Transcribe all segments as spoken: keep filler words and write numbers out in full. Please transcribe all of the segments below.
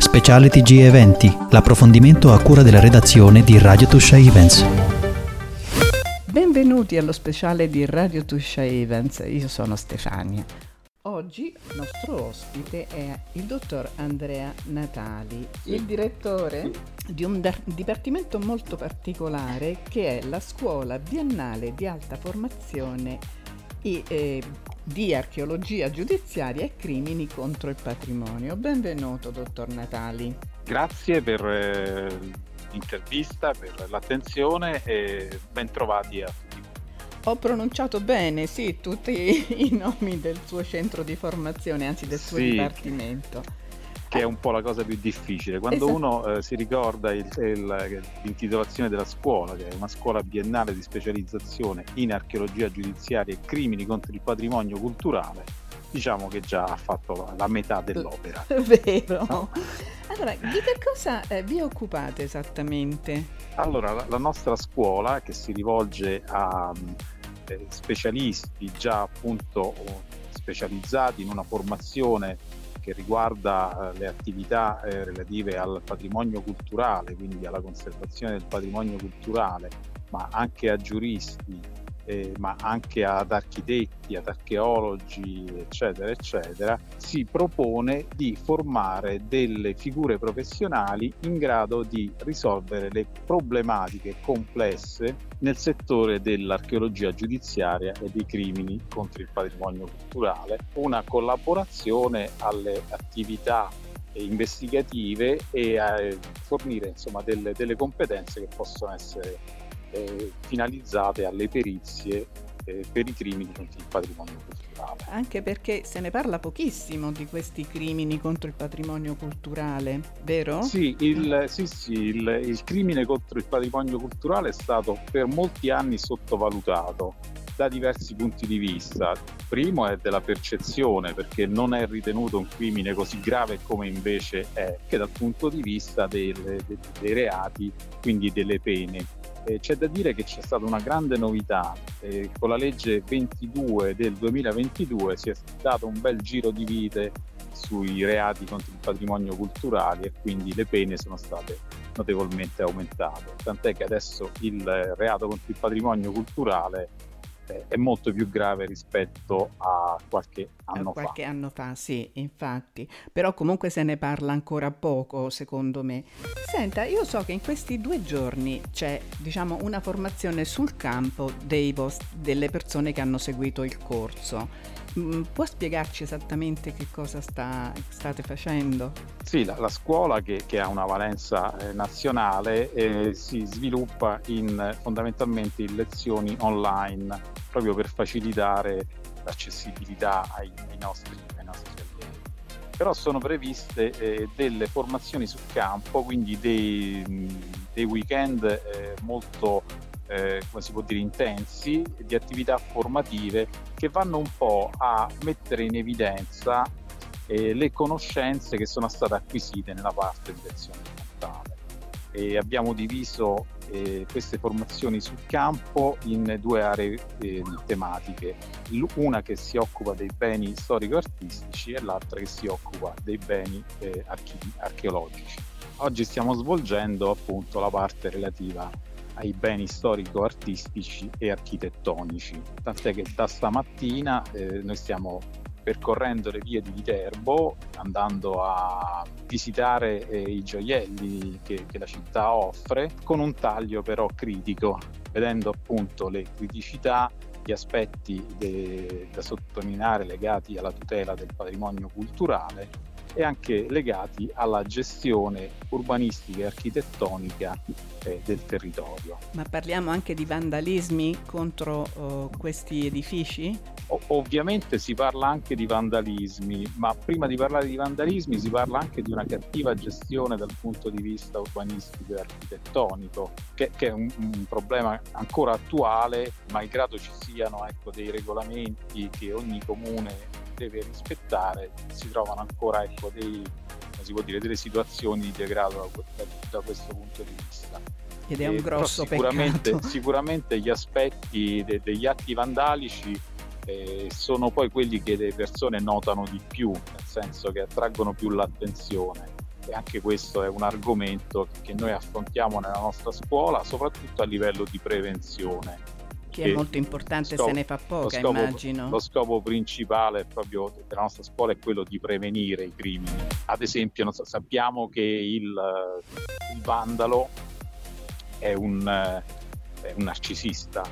Speciale T G Eventi, l'approfondimento a cura della redazione di Radio Tuscia Events. Benvenuti allo speciale di Radio Tuscia Events, io sono Stefania. Oggi il nostro ospite è il dottor Andrea Natali, sì. Il direttore di un da- dipartimento molto particolare che è la Scuola Biennale di Alta Formazione e, eh, di Archeologia Giudiziaria e Crimini contro il Patrimonio. Benvenuto, dottor Natali. Grazie per eh, l'intervista, per l'attenzione e ben trovati a tutti. Ho pronunciato bene, sì, tutti i nomi del suo centro di formazione, anzi del suo sì, dipartimento. Che è un po' la cosa più difficile. Quando esatto. uno eh, si ricorda il, il, l'intitolazione della scuola, che è una scuola biennale di specializzazione in archeologia giudiziaria e crimini contro il patrimonio culturale, diciamo che già ha fatto la, la metà dell'opera. Vero. No? Allora, di che cosa eh, vi occupate esattamente? Allora, la, la nostra scuola, che si rivolge a eh, specialisti già appunto specializzati in una formazione che riguarda eh, le attività eh, relative al patrimonio culturale, quindi alla conservazione del patrimonio culturale, ma anche a giuristi, eh, ma anche ad architetti, ad archeologi, eccetera, eccetera, si propone di formare delle figure professionali in grado di risolvere le problematiche complesse nel settore dell'archeologia giudiziaria e dei crimini contro il patrimonio culturale, una collaborazione alle attività investigative e a fornire insomma delle, delle competenze che possono essere eh, finalizzate alle perizie eh, per i crimini contro il patrimonio culturale. Anche perché se ne parla pochissimo di questi crimini contro il patrimonio culturale, vero? Sì, il, sì, sì, il, il crimine contro il patrimonio culturale è stato per molti anni sottovalutato da diversi punti di vista. Primo è della percezione, perché non è ritenuto un crimine così grave come invece è, che dal punto di vista del, de, dei reati, quindi delle pene. Eh, c'è da dire che c'è stata una grande novità, eh, con la legge ventidue del duemilaventidue si è dato un bel giro di vite sui reati contro il patrimonio culturale e quindi le pene sono state notevolmente aumentate, tant'è che adesso il reato contro il patrimonio culturale è molto più grave rispetto a qualche anno fa. Qualche fa. anno fa, sì, infatti. Però comunque se ne parla ancora poco, secondo me. Senta, io so che in questi due giorni c'è, diciamo, una formazione sul campo dei post- delle persone che hanno seguito il corso. Mm, può spiegarci esattamente che cosa sta, state facendo? Sì, la, la scuola che, che ha una valenza eh, nazionale eh, si sviluppa in, fondamentalmente in lezioni online, proprio per facilitare l'accessibilità ai, ai, nostri, ai nostri allievi. Però sono previste eh, delle formazioni sul campo, quindi dei, dei weekend eh, molto eh, come si può dire intensi, di attività formative che vanno un po' a mettere in evidenza eh, le conoscenze che sono state acquisite nella parte di lezione frontale. E abbiamo diviso eh, queste formazioni sul campo in due aree eh, tematiche, una che si occupa dei beni storico-artistici e l'altra che si occupa dei beni eh, archi- archeologici. Oggi stiamo svolgendo appunto la parte relativa ai beni storico-artistici e architettonici, tant'è che da stamattina eh, noi stiamo percorrendo le vie di Viterbo, andando a visitare eh, i gioielli che, che la città offre, con un taglio però critico, vedendo appunto le criticità, gli aspetti de, da sottolineare legati alla tutela del patrimonio culturale e anche legati alla gestione urbanistica e architettonica eh, del territorio. Ma parliamo anche di vandalismi contro uh, questi edifici? O- ovviamente si parla anche di vandalismi, ma prima di parlare di vandalismi si parla anche di una cattiva gestione dal punto di vista urbanistico e architettonico, che, che è un, un problema ancora attuale, malgrado ci siano ecco, dei regolamenti che ogni comune deve rispettare, si trovano ancora ecco, dei, come si può dire, delle situazioni di degrado da, da questo punto di vista. Ed è un eh, grosso sicuramente, peccato. Sicuramente gli aspetti de, degli atti vandalici eh, sono poi quelli che le persone notano di più, nel senso che attraggono più l'attenzione. anche questo è un argomento che noi affrontiamo nella nostra scuola, soprattutto a livello di prevenzione. Che è molto importante, scopo, se ne fa poca, lo scopo, immagino. Lo scopo principale proprio della nostra scuola è quello di prevenire i crimini. Ad esempio, non so, sappiamo che il, il vandalo è un, è un narcisista,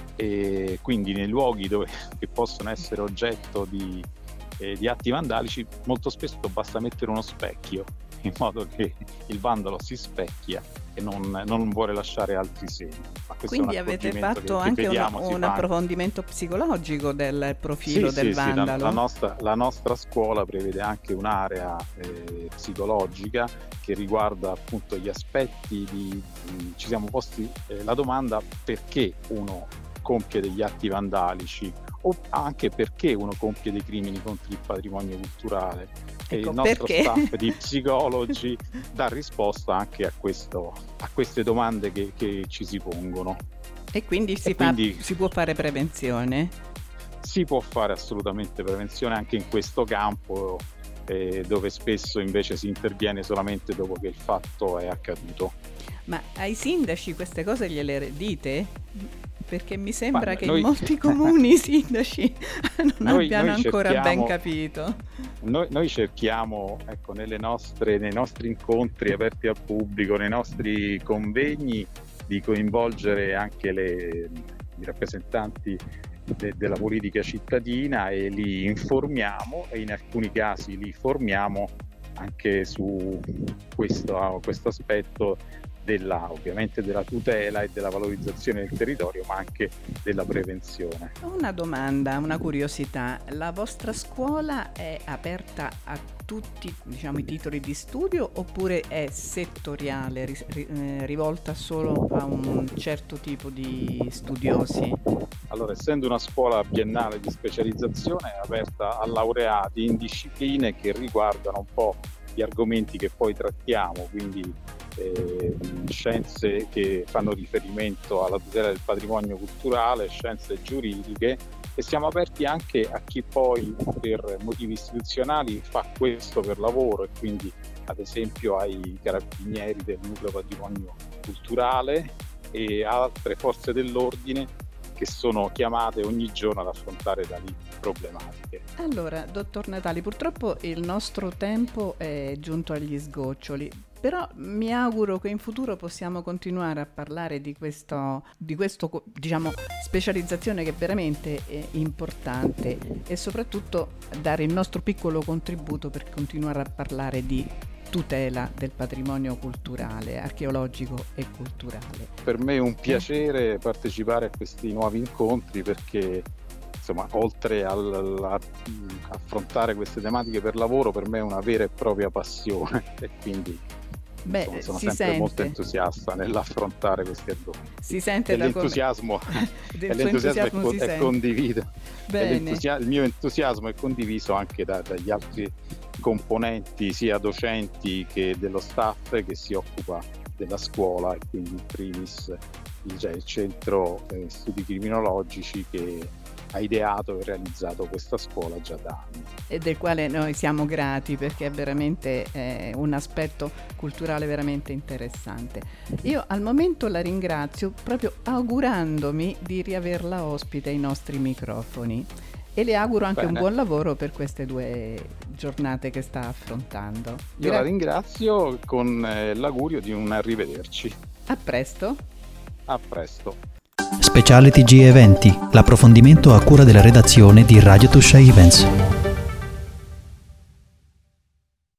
e quindi nei luoghi dove che possono essere oggetto di, eh, di atti vandalici, molto spesso basta mettere uno specchio, in modo che il vandalo si specchia e non, non vuole lasciare altri segni. Ma quindi avete fatto che, anche che vediamo, un, un approfondimento psicologico del profilo sì, del sì, vandalo? Sì, la, la, nostra, la nostra scuola prevede anche un'area eh, psicologica che riguarda appunto gli aspetti di... Ci siamo posti eh, la domanda: perché uno compie degli atti vandalici, o anche perché uno compie dei crimini contro il patrimonio culturale. Ecco, e il nostro perché? staff di psicologi dà risposta anche a, questo, a queste domande che, che ci si pongono. E quindi, si, e fa, quindi si può fare prevenzione? Si può fare assolutamente prevenzione anche in questo campo, eh, dove spesso invece si interviene solamente dopo che il fatto è accaduto. Ma ai sindaci queste cose gliele dite? Perché mi sembra Ma che noi... in molti comuni i sindaci non noi, abbiano noi ancora cerchiamo, ben capito. Noi, noi cerchiamo, ecco, nelle nostre, nei nostri incontri aperti al pubblico, nei nostri convegni, di coinvolgere anche le, i rappresentanti de, della politica cittadina, e li informiamo, e in alcuni casi li formiamo anche su questo, questo aspetto della, ovviamente della tutela e della valorizzazione del territorio, ma anche della prevenzione. Una domanda, una curiosità: la vostra scuola è aperta a tutti, diciamo, i titoli di studio, oppure è settoriale, ri, eh, rivolta solo a un certo tipo di studiosi? Allora, essendo una scuola biennale di specializzazione, è aperta a laureati in discipline che riguardano un po' gli argomenti che poi trattiamo, quindi Eh, scienze che fanno riferimento alla tutela del patrimonio culturale, scienze giuridiche, e siamo aperti anche a chi poi per motivi istituzionali fa questo per lavoro, e quindi ad esempio ai carabinieri del nucleo patrimonio culturale e altre forze dell'ordine che sono chiamate ogni giorno ad affrontare tali problematiche. Allora, dottor Natali, purtroppo il nostro tempo è giunto agli sgoccioli, però mi auguro che in futuro possiamo continuare a parlare di questo, di questo, diciamo, specializzazione che è veramente è importante, e soprattutto dare il nostro piccolo contributo per continuare a parlare di tutela del patrimonio culturale, archeologico e culturale. Per me è un piacere partecipare a questi nuovi incontri, perché insomma, oltre a affrontare queste tematiche per lavoro, per me è una vera e propria passione, e quindi Beh, insomma, sono si sempre sente. molto entusiasta nell'affrontare questi argomenti. Si sente e da l'entusiasmo, come... e l'entusiasmo entusiasmo è, è condiviso. Bene. Il mio entusiasmo è condiviso anche da, dagli altri componenti, sia docenti che dello staff che si occupa della scuola, e quindi in primis il, cioè, il centro eh, studi criminologici che ha ideato e realizzato questa scuola già da anni. E del quale noi siamo grati, perché è veramente eh, un aspetto culturale veramente interessante. Io al momento la ringrazio proprio augurandomi di riaverla ospite ai nostri microfoni, e le auguro anche Bene. un buon lavoro per queste due giornate che sta affrontando. Io Gra- la ringrazio con eh, l'augurio di un arrivederci. A presto. A presto. Speciale T G Eventi, l'approfondimento a cura della redazione di Radio Tuscia Events.